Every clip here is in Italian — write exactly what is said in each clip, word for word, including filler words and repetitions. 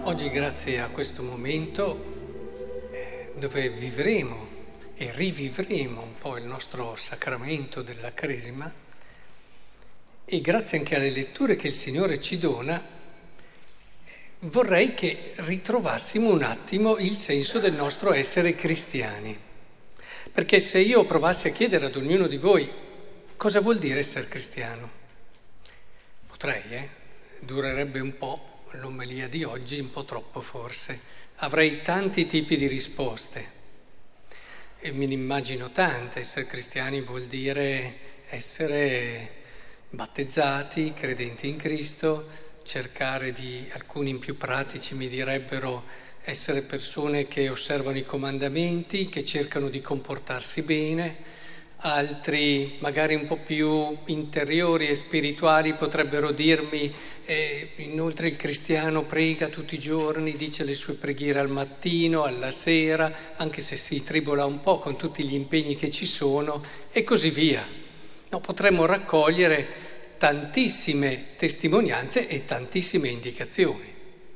Oggi, grazie a questo momento eh, dove vivremo e rivivremo un po' il nostro sacramento della Cresima, e grazie anche alle letture che il Signore ci dona, eh, vorrei che ritrovassimo un attimo il senso del nostro essere cristiani. Perché se io provassi a chiedere ad ognuno di voi cosa vuol dire essere cristiano, potrei, eh? Durerebbe un po'. L'omelia di oggi un po' troppo forse, avrei tanti tipi di risposte e me ne immagino tante. Essere cristiani vuol dire essere battezzati, credenti in Cristo, cercare di, alcuni più pratici mi direbbero, essere persone che osservano i comandamenti, che cercano di comportarsi bene. Altri, magari un po' più interiori e spirituali, potrebbero dirmi eh, inoltre il cristiano prega tutti i giorni, dice le sue preghiere al mattino, alla sera, anche se si tribola un po' con tutti gli impegni che ci sono e così via. No, potremmo raccogliere tantissime testimonianze e tantissime indicazioni.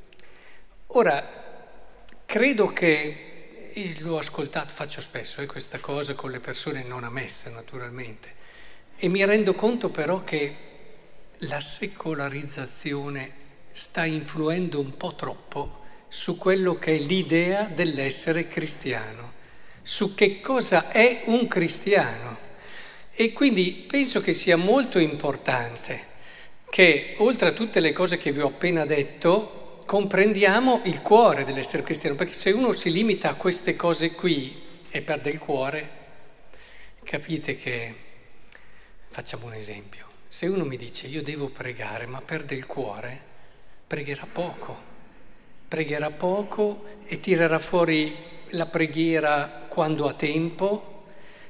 Ora, credo che E l'ho ascoltato, faccio spesso eh, questa cosa con le persone non ammesse naturalmente, e mi rendo conto però che la secolarizzazione sta influendo un po' troppo su quello che è l'idea dell'essere cristiano, su che cosa è un cristiano. E quindi penso che sia molto importante che, oltre a tutte le cose che vi ho appena detto, comprendiamo il cuore dell'essere cristiano, perché se uno si limita a queste cose qui e perde il cuore, capite che, facciamo un esempio, se uno mi dice io devo pregare ma perde il cuore, pregherà poco, pregherà poco e tirerà fuori la preghiera quando ha tempo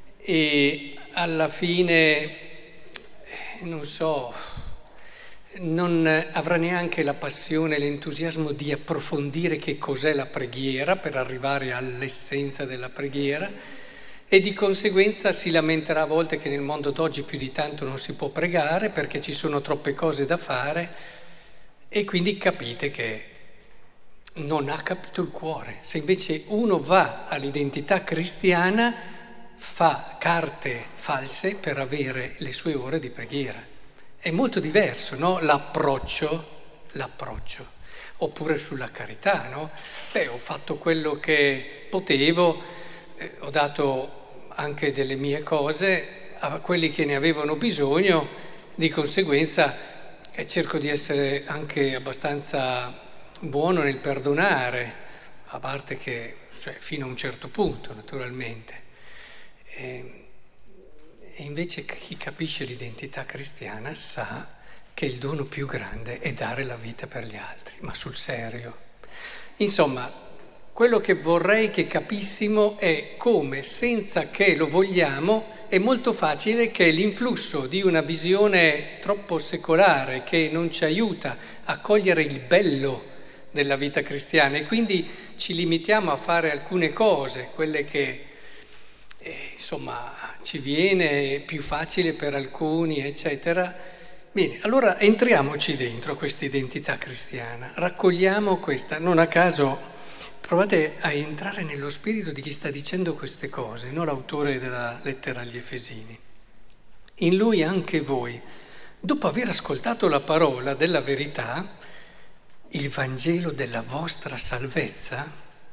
e alla fine, non so, non avrà neanche la passione e l'entusiasmo di approfondire che cos'è la preghiera per arrivare all'essenza della preghiera, e di conseguenza si lamenterà a volte che nel mondo d'oggi più di tanto non si può pregare perché ci sono troppe cose da fare, e quindi capite che non ha capito il cuore. Se invece uno va all'identità cristiana, fa carte false per avere le sue ore di preghiera. È molto diverso, no? L'approccio, l'approccio. Oppure sulla carità, no? Beh, ho fatto quello che potevo, eh, ho dato anche delle mie cose a quelli che ne avevano bisogno, di conseguenza eh, cerco di essere anche abbastanza buono nel perdonare, a parte che, cioè, fino a un certo punto, naturalmente. Eh, E invece chi capisce l'identità cristiana sa che il dono più grande è dare la vita per gli altri, ma sul serio. Insomma, quello che vorrei che capissimo è come, senza che lo vogliamo, è molto facile che l'influsso di una visione troppo secolare che non ci aiuta a cogliere il bello della vita cristiana, e quindi ci limitiamo a fare alcune cose, quelle che Eh, insomma, ci viene più facile per alcuni, eccetera. Bene, allora entriamoci dentro questa identità cristiana, raccogliamo questa. Non a caso provate a entrare nello spirito di chi sta dicendo queste cose, no? L'autore della lettera agli Efesini. In lui anche voi, dopo aver ascoltato la parola della verità, il Vangelo della vostra salvezza,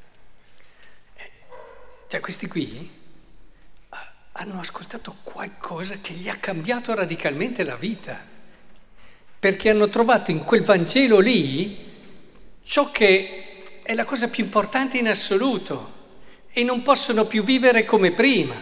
eh, cioè questi qui hanno ascoltato qualcosa che gli ha cambiato radicalmente la vita, perché hanno trovato in quel Vangelo lì ciò che è la cosa più importante in assoluto, e non possono più vivere come prima.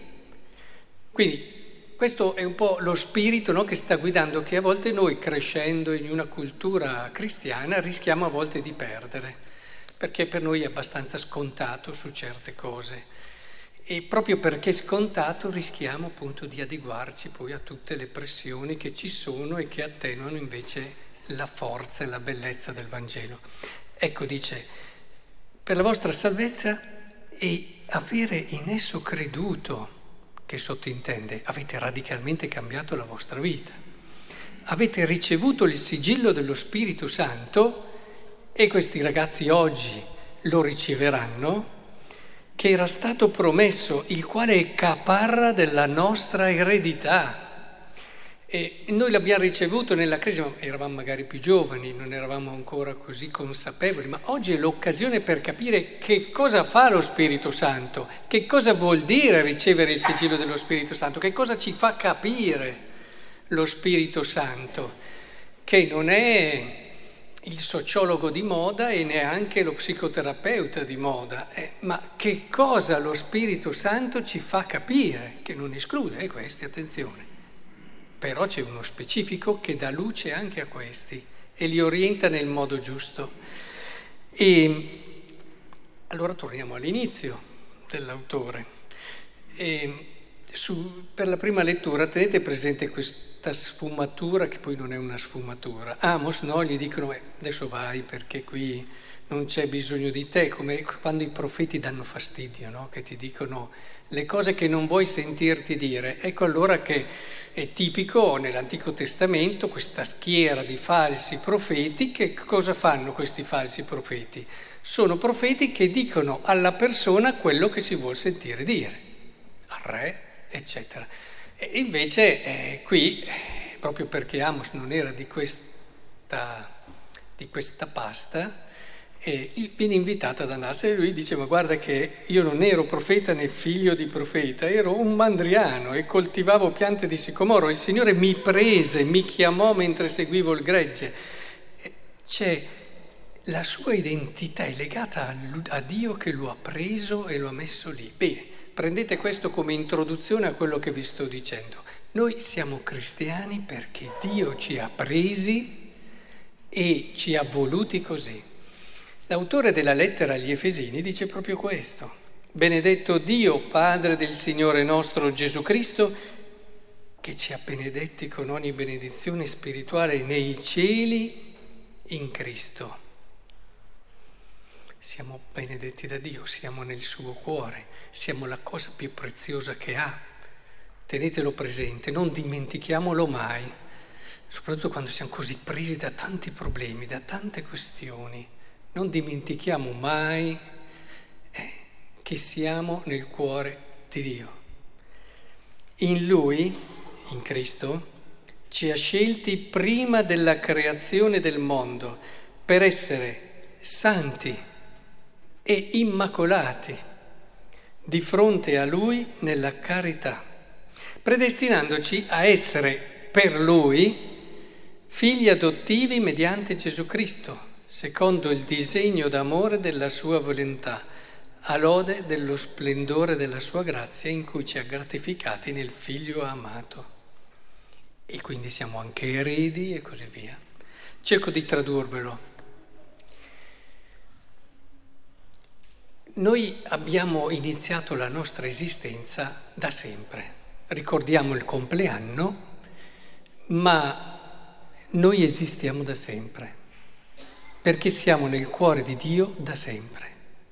Quindi questo è un po' lo spirito, no, che sta guidando, che a volte noi, crescendo in una cultura cristiana, rischiamo a volte di perdere, perché per noi è abbastanza scontato su certe cose. E proprio perché è scontato rischiamo appunto di adeguarci poi a tutte le pressioni che ci sono e che attenuano invece la forza e la bellezza del Vangelo. Ecco, dice, per la vostra salvezza e avere in esso creduto, che sottintende, avete radicalmente cambiato la vostra vita. Avete ricevuto il sigillo dello Spirito Santo e questi ragazzi oggi lo riceveranno, che era stato promesso, il quale è caparra della nostra eredità. E noi l'abbiamo ricevuto nella crisi, ma eravamo magari più giovani, non eravamo ancora così consapevoli, ma oggi è l'occasione per capire che cosa fa lo Spirito Santo, che cosa vuol dire ricevere il sigillo dello Spirito Santo, che cosa ci fa capire lo Spirito Santo, che non è il sociologo di moda e neanche lo psicoterapeuta di moda, eh, ma che cosa lo Spirito Santo ci fa capire, che non esclude eh, questi, attenzione. Però c'è uno specifico che dà luce anche a questi e li orienta nel modo giusto. E allora torniamo all'inizio dell'autore. E su, per la prima lettura tenete presente questa sfumatura, che poi non è una sfumatura. Amos, no, gli dicono eh, adesso vai perché qui non c'è bisogno di te, come quando i profeti danno fastidio, no? Che ti dicono le cose che non vuoi sentirti dire. Ecco allora che è tipico nell'Antico Testamento questa schiera di falsi profeti. Che cosa fanno questi falsi profeti? Sono profeti che dicono alla persona quello che si vuol sentire dire, al re, eccetera. E invece eh, qui, eh, proprio perché Amos non era di questa, di questa pasta, e viene invitato ad andarsene e lui dice ma guarda che io non ero profeta né figlio di profeta, ero un mandriano e coltivavo piante di sicomoro, il Signore mi prese, mi chiamò mentre seguivo il gregge. C'è la sua identità è legata a, a Dio che lo ha preso e lo ha messo lì. Bene, prendete questo come introduzione a quello che vi sto dicendo. Noi siamo cristiani perché Dio ci ha presi e ci ha voluti così. L'autore della lettera agli Efesini dice proprio questo: benedetto Dio, Padre del Signore nostro Gesù Cristo, che ci ha benedetti con ogni benedizione spirituale nei cieli in Cristo. Siamo benedetti da Dio, siamo nel suo cuore, siamo la cosa più preziosa che ha. Tenetelo presente, non dimentichiamolo mai, soprattutto quando siamo così presi da tanti problemi, da tante questioni. Non dimentichiamo mai eh, che siamo nel cuore di Dio. In Lui, in Cristo, ci ha scelti prima della creazione del mondo per essere santi e immacolati di fronte a Lui nella carità, predestinandoci a essere per Lui figli adottivi mediante Gesù Cristo, secondo il disegno d'amore della sua volontà, a lode dello splendore della sua grazia in cui ci ha gratificati nel Figlio amato. E quindi siamo anche eredi e così via. Cerco di tradurvelo. Noi abbiamo iniziato la nostra esistenza da sempre. Ricordiamo il compleanno, ma noi esistiamo da sempre. Perché siamo nel cuore di Dio da sempre.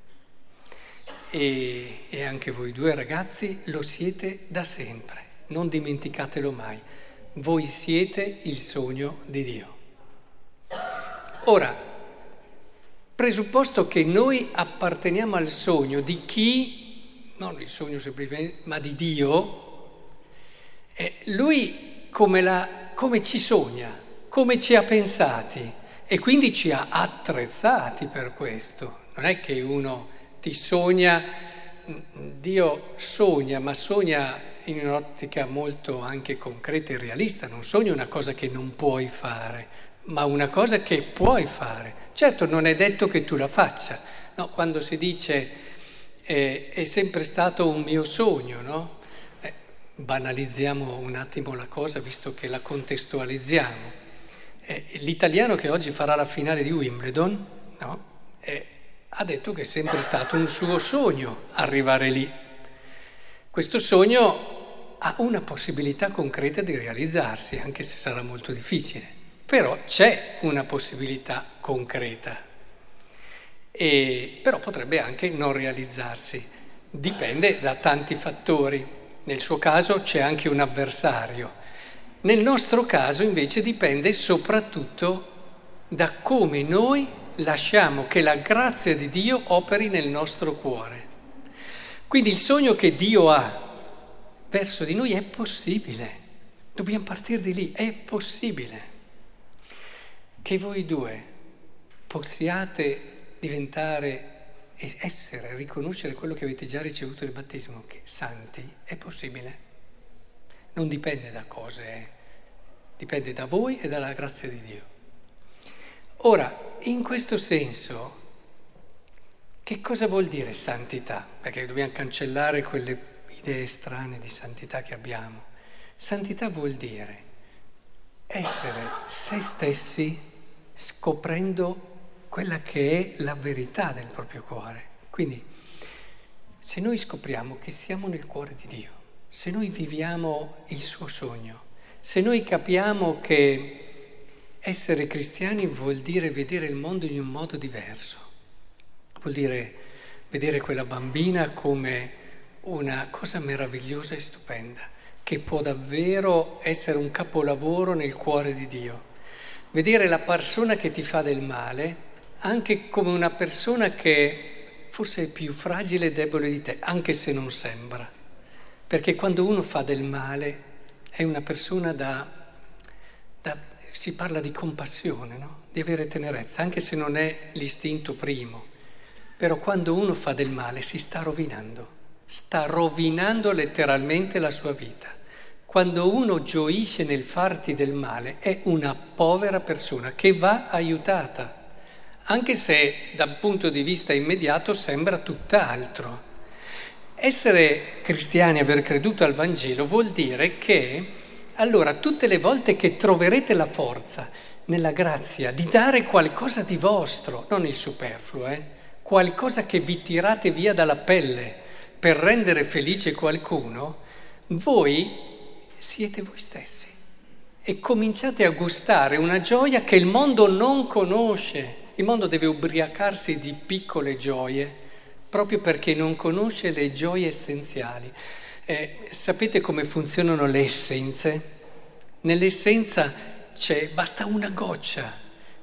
E, e anche voi due ragazzi lo siete da sempre, non dimenticatelo mai. Voi siete il sogno di Dio. Ora, presupposto che noi apparteniamo al sogno di chi, non il sogno semplicemente, ma di Dio, eh, Lui come, la, come ci sogna, come ci ha pensati. E quindi ci ha attrezzati per questo. Non è che uno ti sogna, Dio sogna, ma sogna in un'ottica molto anche concreta e realista. Non sogna una cosa che non puoi fare, ma una cosa che puoi fare. Certo, non è detto che tu la faccia. No, quando si dice eh, è sempre stato un mio sogno, no? Eh, banalizziamo un attimo la cosa, visto che la contestualizziamo. Eh, l'italiano che oggi farà la finale di Wimbledon, no? eh, ha detto che è sempre stato un suo sogno arrivare lì. Questo sogno ha una possibilità concreta di realizzarsi, anche se sarà molto difficile, però c'è una possibilità concreta, e, però potrebbe anche non realizzarsi, dipende da tanti fattori. Nel suo caso c'è anche un avversario. Nel nostro caso invece dipende soprattutto da come noi lasciamo che la grazia di Dio operi nel nostro cuore. Quindi il sogno che Dio ha verso di noi è possibile. Dobbiamo partire di lì, è possibile. Che voi due possiate diventare, essere, riconoscere quello che avete già ricevuto nel battesimo, che santi, è possibile. Non dipende da cose, eh. Dipende da voi e dalla grazia di Dio. Ora, in questo senso, che cosa vuol dire santità? Perché dobbiamo cancellare quelle idee strane di santità che abbiamo. Santità vuol dire essere se stessi scoprendo quella che è la verità del proprio cuore. Quindi, se noi scopriamo che siamo nel cuore di Dio, se noi viviamo il suo sogno, se noi capiamo che essere cristiani vuol dire vedere il mondo in un modo diverso, vuol dire vedere quella bambina come una cosa meravigliosa e stupenda, che può davvero essere un capolavoro nel cuore di Dio. Vedere la persona che ti fa del male anche come una persona che forse è più fragile e debole di te, anche se non sembra. Perché quando uno fa del male è una persona da... da si parla di compassione, no? Di avere tenerezza, anche se non è l'istinto primo. Però quando uno fa del male si sta rovinando, sta rovinando letteralmente la sua vita. Quando uno gioisce nel farti del male è una povera persona che va aiutata, anche se dal punto di vista immediato sembra tutt'altro. Essere cristiani, aver creduto al Vangelo, vuol dire che allora tutte le volte che troverete la forza nella grazia di dare qualcosa di vostro, non il superfluo, eh, qualcosa che vi tirate via dalla pelle per rendere felice qualcuno, voi siete voi stessi e cominciate a gustare una gioia che il mondo non conosce. Il mondo deve ubriacarsi di piccole gioie proprio perché non conosce le gioie essenziali. Eh, sapete come funzionano le essenze? Nell'essenza c'è, basta una goccia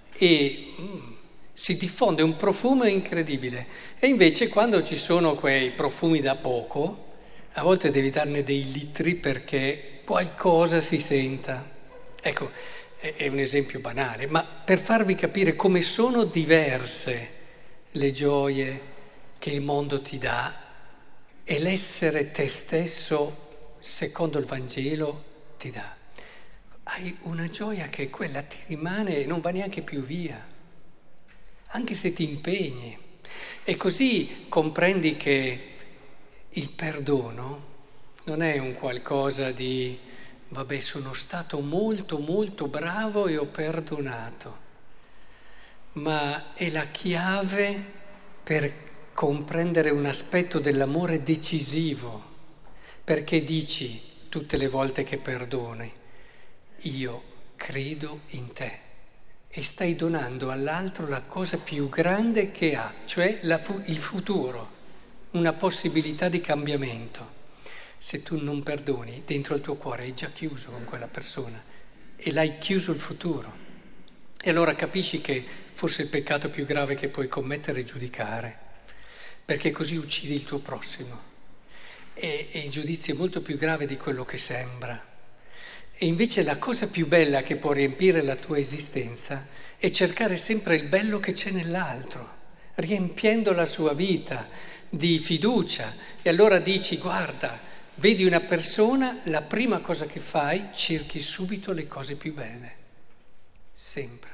e mm, si diffonde un profumo incredibile. E invece quando ci sono quei profumi da poco, a volte devi darne dei litri perché qualcosa si senta. Ecco, è, è un esempio banale, ma per farvi capire come sono diverse le gioie che il mondo ti dà e l'essere te stesso secondo il Vangelo ti dà. Hai una gioia che quella ti rimane e non va neanche più via, anche se ti impegni. E così comprendi che il perdono non è un qualcosa di vabbè, sono stato molto molto bravo e ho perdonato, ma è la chiave per comprendere un aspetto dell'amore decisivo, perché dici tutte le volte che perdoni, io credo in te e stai donando all'altro la cosa più grande che ha, cioè la fu- il futuro, una possibilità di cambiamento. Se tu non perdoni, dentro il tuo cuore hai già chiuso con quella persona e l'hai chiuso il futuro. E allora capisci che forse il peccato più grave che puoi commettere è giudicare, perché così uccidi il tuo prossimo. E, e il giudizio è molto più grave di quello che sembra. E invece la cosa più bella che può riempire la tua esistenza è cercare sempre il bello che c'è nell'altro, riempiendo la sua vita di fiducia. E allora dici, guarda, vedi una persona, la prima cosa che fai, cerchi subito le cose più belle. Sempre.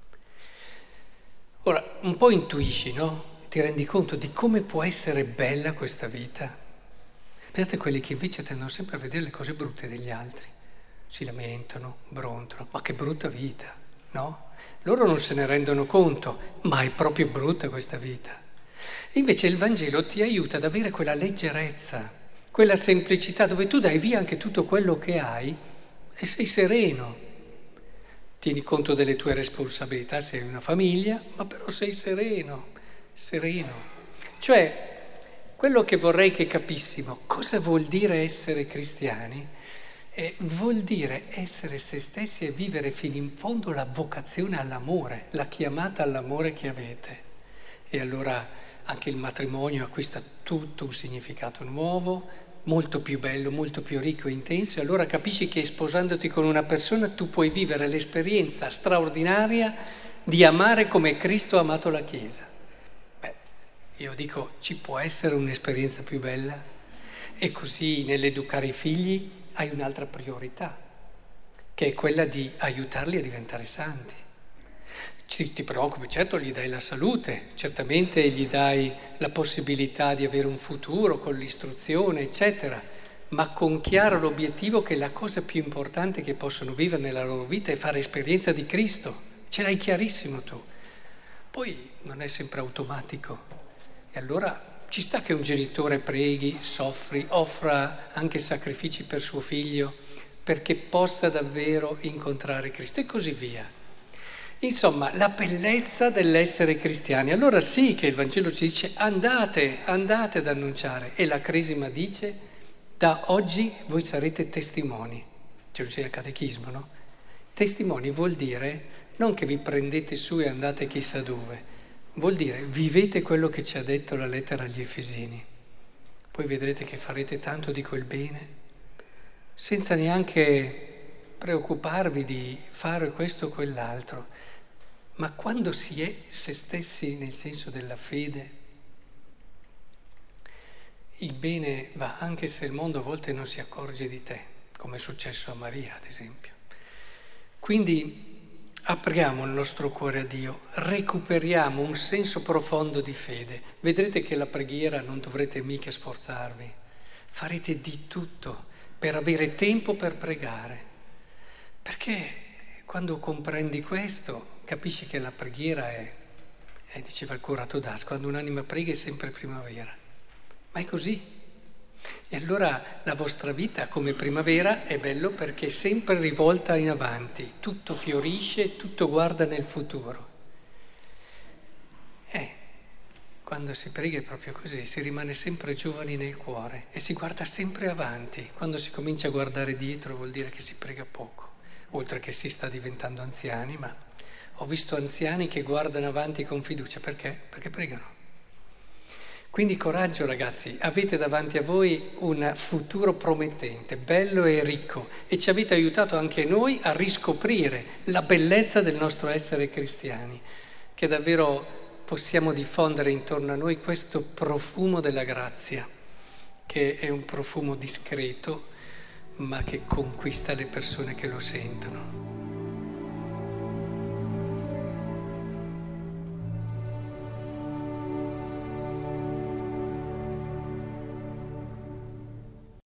Ora, un po' intuisci, no? Ti rendi conto di come può essere bella questa vita. Pensate a quelli che invece tendono sempre a vedere le cose brutte degli altri. Si lamentano, brontolano, ma che brutta vita, no? Loro non se ne rendono conto, ma è proprio brutta questa vita. Invece il Vangelo ti aiuta ad avere quella leggerezza, quella semplicità dove tu dai via anche tutto quello che hai e sei sereno. Tieni conto delle tue responsabilità, sei una famiglia, ma però sei sereno, sereno. Cioè, quello che vorrei che capissimo, cosa vuol dire essere cristiani, eh, vuol dire essere se stessi e vivere fino in fondo la vocazione all'amore, la chiamata all'amore che avete. E allora anche il matrimonio acquista tutto un significato nuovo, molto più bello, molto più ricco e intenso. E allora capisci che sposandoti con una persona tu puoi vivere l'esperienza straordinaria di amare come Cristo ha amato la Chiesa. Beh, io dico, ci può essere un'esperienza più bella? E così nell'educare i figli hai un'altra priorità, che è quella di aiutarli a diventare santi. Ci, ti preoccupi, certo gli dai la salute, certamente gli dai la possibilità di avere un futuro con l'istruzione, eccetera, ma con chiaro l'obiettivo che la cosa più importante che possono vivere nella loro vita è fare esperienza di Cristo. Ce l'hai chiarissimo tu. Poi non è sempre automatico. E allora ci sta che un genitore preghi, soffri, offra anche sacrifici per suo figlio perché possa davvero incontrare Cristo e così via. Insomma, la bellezza dell'essere cristiani. Allora sì che il Vangelo ci dice andate, andate ad annunciare. E la Crisima dice da oggi voi sarete testimoni. Ce lo dice il Catechismo, no? Testimoni vuol dire non che vi prendete su e andate chissà dove, vuol dire vivete quello che ci ha detto la lettera agli Efesini. Poi vedrete che farete tanto di quel bene, senza neanche preoccuparvi di fare questo o quell'altro. Ma quando si è se stessi nel senso della fede, il bene va anche se il mondo a volte non si accorge di te, come è successo a Maria, ad esempio. Quindi apriamo il nostro cuore a Dio, recuperiamo un senso profondo di fede. Vedrete che la preghiera non dovrete mica sforzarvi, farete di tutto per avere tempo per pregare. Perché quando comprendi questo, capisci che la preghiera è, è diceva il curato d'Ars, quando un'anima prega è sempre primavera. Ma è così. E allora la vostra vita come primavera è bello perché è sempre rivolta in avanti, tutto fiorisce, tutto guarda nel futuro. Eh, quando si prega è proprio così, si rimane sempre giovani nel cuore e si guarda sempre avanti. Quando si comincia a guardare dietro vuol dire che si prega poco, oltre che si sta diventando anziani, ma ho visto anziani che guardano avanti con fiducia, perché? Perché pregano. Quindi coraggio ragazzi, avete davanti a voi un futuro promettente, bello e ricco e ci avete aiutato anche noi a riscoprire la bellezza del nostro essere cristiani, che davvero possiamo diffondere intorno a noi questo profumo della grazia, che è un profumo discreto ma che conquista le persone che lo sentono.